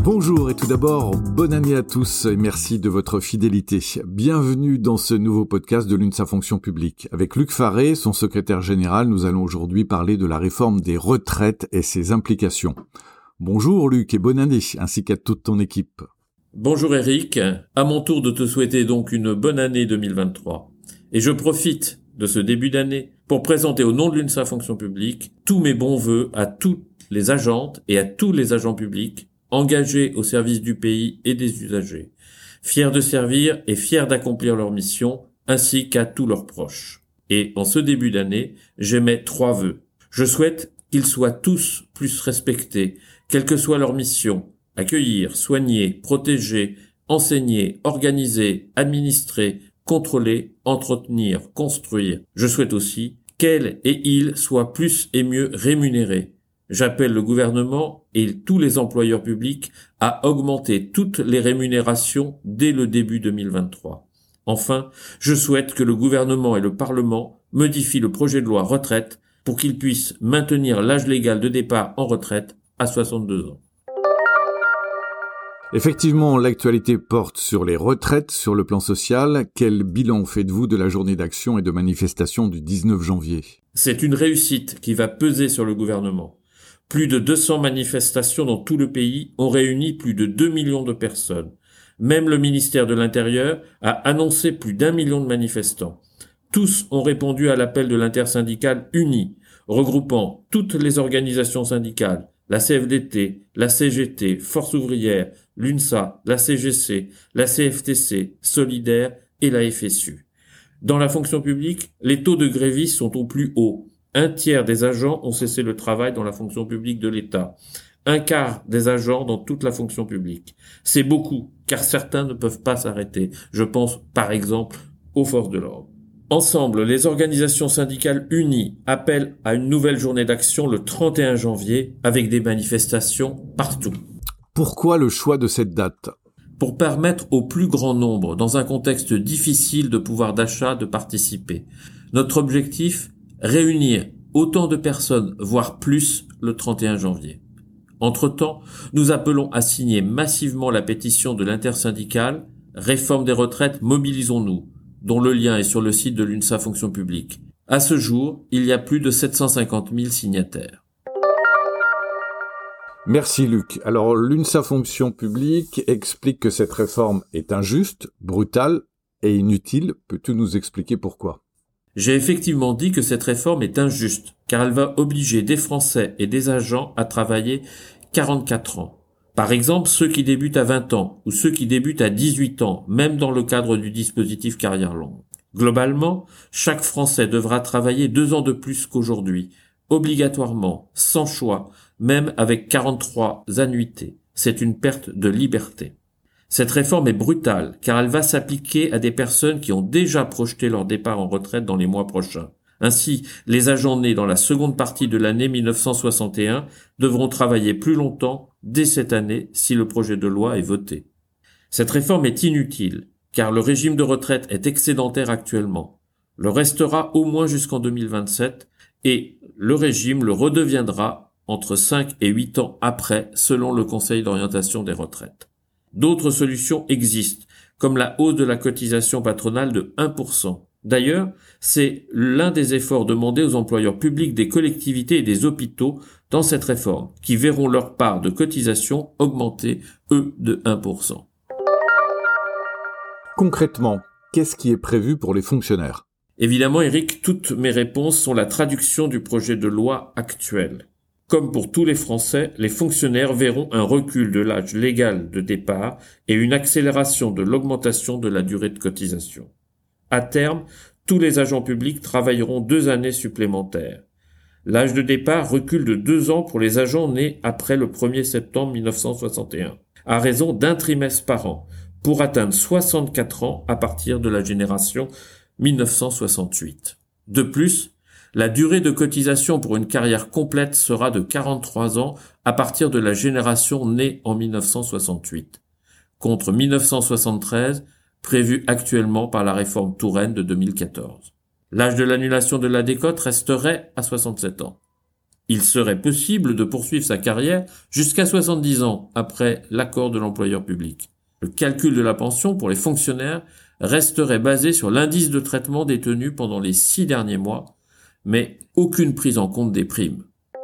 Bonjour et tout d'abord, bonne année à tous et merci de votre fidélité. Bienvenue dans ce nouveau podcast de l'UNSA Fonction Publique. Avec Luc Faré, son secrétaire général, nous allons aujourd'hui parler de la réforme des retraites et ses implications. Bonjour Luc et bonne année, ainsi qu'à toute ton équipe. Bonjour Eric, à mon tour de te souhaiter donc une bonne année 2023. Et je profite de ce début d'année pour présenter au nom de l'UNSA Fonction Publique tous mes bons vœux à toutes les agentes et à tous les agents publics engagés au service du pays et des usagers, fiers de servir et fiers d'accomplir leur mission, ainsi qu'à tous leurs proches. Et en ce début d'année, j'émets 3 vœux. Je souhaite qu'ils soient tous plus respectés, quelle que soit leur mission, accueillir, soigner, protéger, enseigner, organiser, administrer, contrôler, entretenir, construire. Je souhaite aussi qu'elles et ils soient plus et mieux rémunérés. J'appelle le gouvernement et tous les employeurs publics à augmenter toutes les rémunérations dès le début 2023. Enfin, je souhaite que le gouvernement et le Parlement modifient le projet de loi retraite pour qu'ils puissent maintenir l'âge légal de départ en retraite à 62 ans. Effectivement, l'actualité porte sur les retraites sur le plan social. Quel bilan faites-vous de la journée d'action et de manifestation du 19 janvier ? C'est une réussite qui va peser sur le gouvernement. Plus de 200 manifestations dans tout le pays ont réuni plus de 2 millions de personnes. Même le ministère de l'Intérieur a annoncé plus d'1 million de manifestants. Tous ont répondu à l'appel de l'intersyndicale unie, regroupant toutes les organisations syndicales, la CFDT, la CGT, Force ouvrière, l'UNSA, la CGC, la CFTC, Solidaire et la FSU. Dans la fonction publique, les taux de grévistes sont au plus haut. 1/3 des agents ont cessé le travail dans la fonction publique de l'État. 1/4 des agents dans toute la fonction publique. C'est beaucoup, car certains ne peuvent pas s'arrêter. Je pense, par exemple, aux forces de l'ordre. Ensemble, les organisations syndicales unies appellent à une nouvelle journée d'action le 31 janvier avec des manifestations partout. Pourquoi le choix de cette date ? Pour permettre au plus grand nombre, dans un contexte difficile de pouvoir d'achat, de participer. Notre objectif, réunir autant de personnes, voire plus, le 31 janvier. Entre-temps, nous appelons à signer massivement la pétition de l'intersyndicale « Réforme des retraites, mobilisons-nous », dont le lien est sur le site de l'UNSA Fonction Publique. À ce jour, il y a plus de 750 000 signataires. Merci Luc. Alors l'UNSA Fonction Publique explique que cette réforme est injuste, brutale et inutile. Peux-tu nous expliquer pourquoi ? J'ai effectivement dit que cette réforme est injuste, car elle va obliger des Français et des agents à travailler 44 ans. Par exemple, ceux qui débutent à 20 ans ou ceux qui débutent à 18 ans, même dans le cadre du dispositif carrière longue. Globalement, chaque Français devra travailler 2 ans de plus qu'aujourd'hui, obligatoirement, sans choix, même avec 43 annuités. C'est une perte de liberté. Cette réforme est brutale, car elle va s'appliquer à des personnes qui ont déjà projeté leur départ en retraite dans les mois prochains. Ainsi, les agents nés dans la seconde partie de l'année 1961 devront travailler plus longtemps dès cette année si le projet de loi est voté. Cette réforme est inutile, car le régime de retraite est excédentaire actuellement. Le restera au moins jusqu'en 2027, et le régime le redeviendra entre 5 et 8 ans après, selon le Conseil d'orientation des retraites. D'autres solutions existent, comme la hausse de la cotisation patronale de 1%. D'ailleurs, c'est l'un des efforts demandés aux employeurs publics des collectivités et des hôpitaux dans cette réforme, qui verront leur part de cotisation augmenter, eux, de 1%. Concrètement, qu'est-ce qui est prévu pour les fonctionnaires ? Évidemment, Eric, toutes mes réponses sont la traduction du projet de loi actuel. Comme pour tous les Français, les fonctionnaires verront un recul de l'âge légal de départ et une accélération de l'augmentation de la durée de cotisation. À terme, tous les agents publics travailleront 2 années supplémentaires. L'âge de départ recule de 2 ans pour les agents nés après le 1er septembre 1961, à raison d'1 trimestre par an, pour atteindre 64 ans à partir de la génération 1968. De plus, la durée de cotisation pour une carrière complète sera de 43 ans à partir de la génération née en 1968, contre 1973, prévu actuellement par la réforme Touraine de 2014. L'âge de l'annulation de la décote resterait à 67 ans. Il serait possible de poursuivre sa carrière jusqu'à 70 ans après l'accord de l'employeur public. Le calcul de la pension pour les fonctionnaires resterait basé sur l'indice de traitement détenu pendant les 6 derniers mois, mais aucune prise en compte des primes.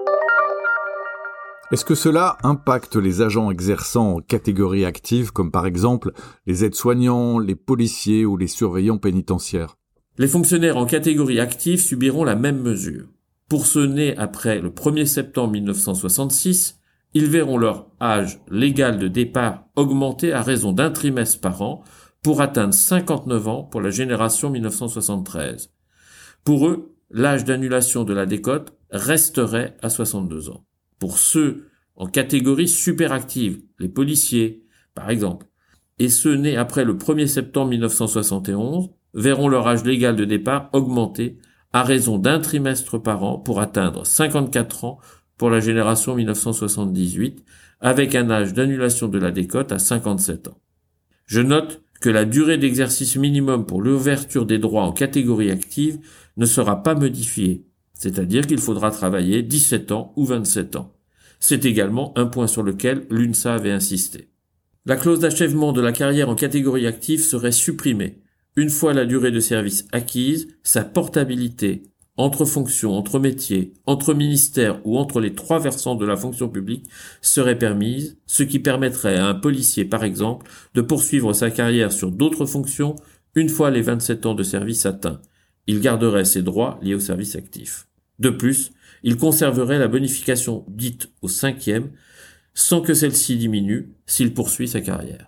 Est-ce que cela impacte les agents exerçant en catégorie active, comme par exemple les aides-soignants, les policiers ou les surveillants pénitentiaires ? Les fonctionnaires en catégorie active subiront la même mesure. Pour ceux nés après le 1er septembre 1966, ils verront leur âge légal de départ augmenter à raison d'un trimestre par an pour atteindre 59 ans pour la génération 1973. Pour eux, l'âge d'annulation de la décote resterait à 62 ans. Pour ceux en catégorie superactive, les policiers, par exemple, et ceux nés après le 1er septembre 1971 verront leur âge légal de départ augmenter à raison d'un trimestre par an pour atteindre 54 ans pour la génération 1978, avec un âge d'annulation de la décote à 57 ans. Je note que la durée d'exercice minimum pour l'ouverture des droits en catégorie active ne sera pas modifiée, c'est-à-dire qu'il faudra travailler 17 ans ou 27 ans. C'est également un point sur lequel l'UNSA avait insisté. La clause d'achèvement de la carrière en catégorie active serait supprimée. Une fois la durée de service acquise, sa portabilité entre fonctions, entre métiers, entre ministères ou entre les 3 versants de la fonction publique serait permise, ce qui permettrait à un policier, par exemple, de poursuivre sa carrière sur d'autres fonctions une fois les 27 ans de service atteints. Il garderait ses droits liés au service actif. De plus, il conserverait la bonification dite au 5e, sans que celle-ci diminue s'il poursuit sa carrière.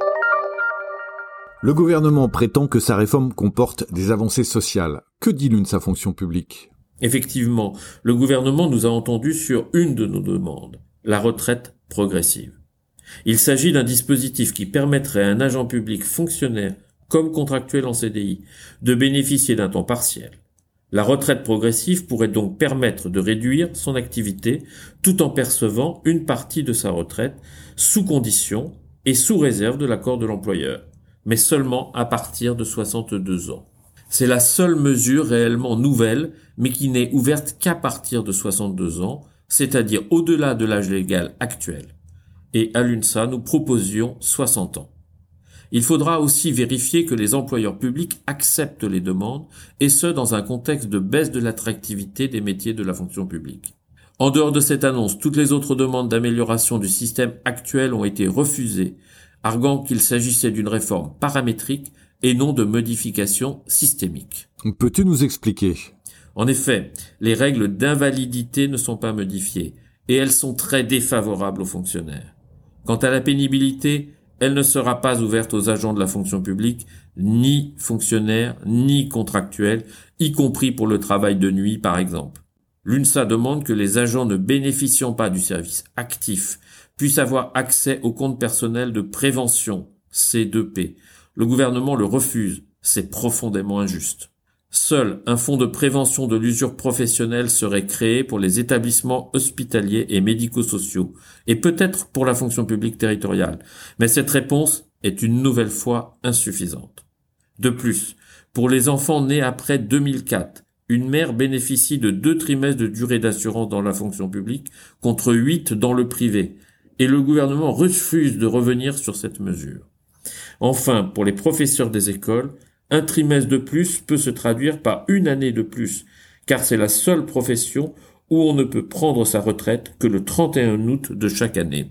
Le gouvernement prétend que sa réforme comporte des avancées sociales. Que dit l'UNSA Fonction publique ? Effectivement, le gouvernement nous a entendus sur une de nos demandes, la retraite progressive. Il s'agit d'un dispositif qui permettrait à un agent public fonctionnaire comme contractuel en CDI de bénéficier d'un temps partiel. La retraite progressive pourrait donc permettre de réduire son activité tout en percevant une partie de sa retraite sous condition et sous réserve de l'accord de l'employeur, mais seulement à partir de 62 ans. C'est la seule mesure réellement nouvelle, mais qui n'est ouverte qu'à partir de 62 ans, c'est-à-dire au-delà de l'âge légal actuel. Et à l'UNSA, nous proposions 60 ans. Il faudra aussi vérifier que les employeurs publics acceptent les demandes, et ce dans un contexte de baisse de l'attractivité des métiers de la fonction publique. En dehors de cette annonce, toutes les autres demandes d'amélioration du système actuel ont été refusées, arguant qu'il s'agissait d'une réforme paramétrique et non de modification systémique. Peux-tu nous expliquer ? En effet, les règles d'invalidité ne sont pas modifiées, et elles sont très défavorables aux fonctionnaires. Quant à la pénibilité, elle ne sera pas ouverte aux agents de la fonction publique, ni fonctionnaires, ni contractuels, y compris pour le travail de nuit par exemple. L'UNSA demande que les agents ne bénéficiant pas du service actif puissent avoir accès au compte personnel de prévention, C2P. Le gouvernement le refuse, c'est profondément injuste. Seul un fonds de prévention de l'usure professionnelle serait créé pour les établissements hospitaliers et médico-sociaux, et peut-être pour la fonction publique territoriale, mais cette réponse est une nouvelle fois insuffisante. De plus, pour les enfants nés après 2004, une mère bénéficie de 2 trimestres de durée d'assurance dans la fonction publique contre 8 dans le privé, et le gouvernement refuse de revenir sur cette mesure. Enfin, pour les professeurs des écoles, un trimestre de plus peut se traduire par une année de plus, car c'est la seule profession où on ne peut prendre sa retraite que le 31 août de chaque année.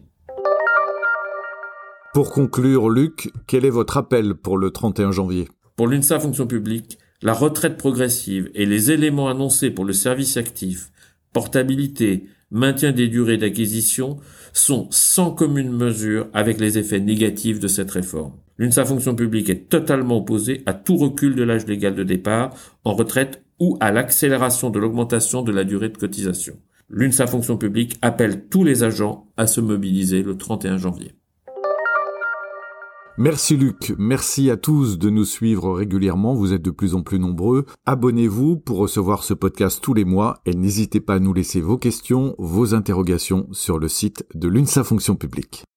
Pour conclure, Luc, quel est votre appel pour le 31 janvier ? Pour l'UNSA Fonction publique, la retraite progressive et les éléments annoncés pour le service actif, portabilité, maintien des durées d'acquisition, sont sans commune mesure avec les effets négatifs de cette réforme. L'UNSA Fonction publique est totalement opposée à tout recul de l'âge légal de départ en retraite ou à l'accélération de l'augmentation de la durée de cotisation. L'UNSA Fonction publique appelle tous les agents à se mobiliser le 31 janvier. Merci Luc, merci à tous de nous suivre régulièrement, vous êtes de plus en plus nombreux. Abonnez-vous pour recevoir ce podcast tous les mois et n'hésitez pas à nous laisser vos questions, vos interrogations sur le site de l'UNSA Fonction publique.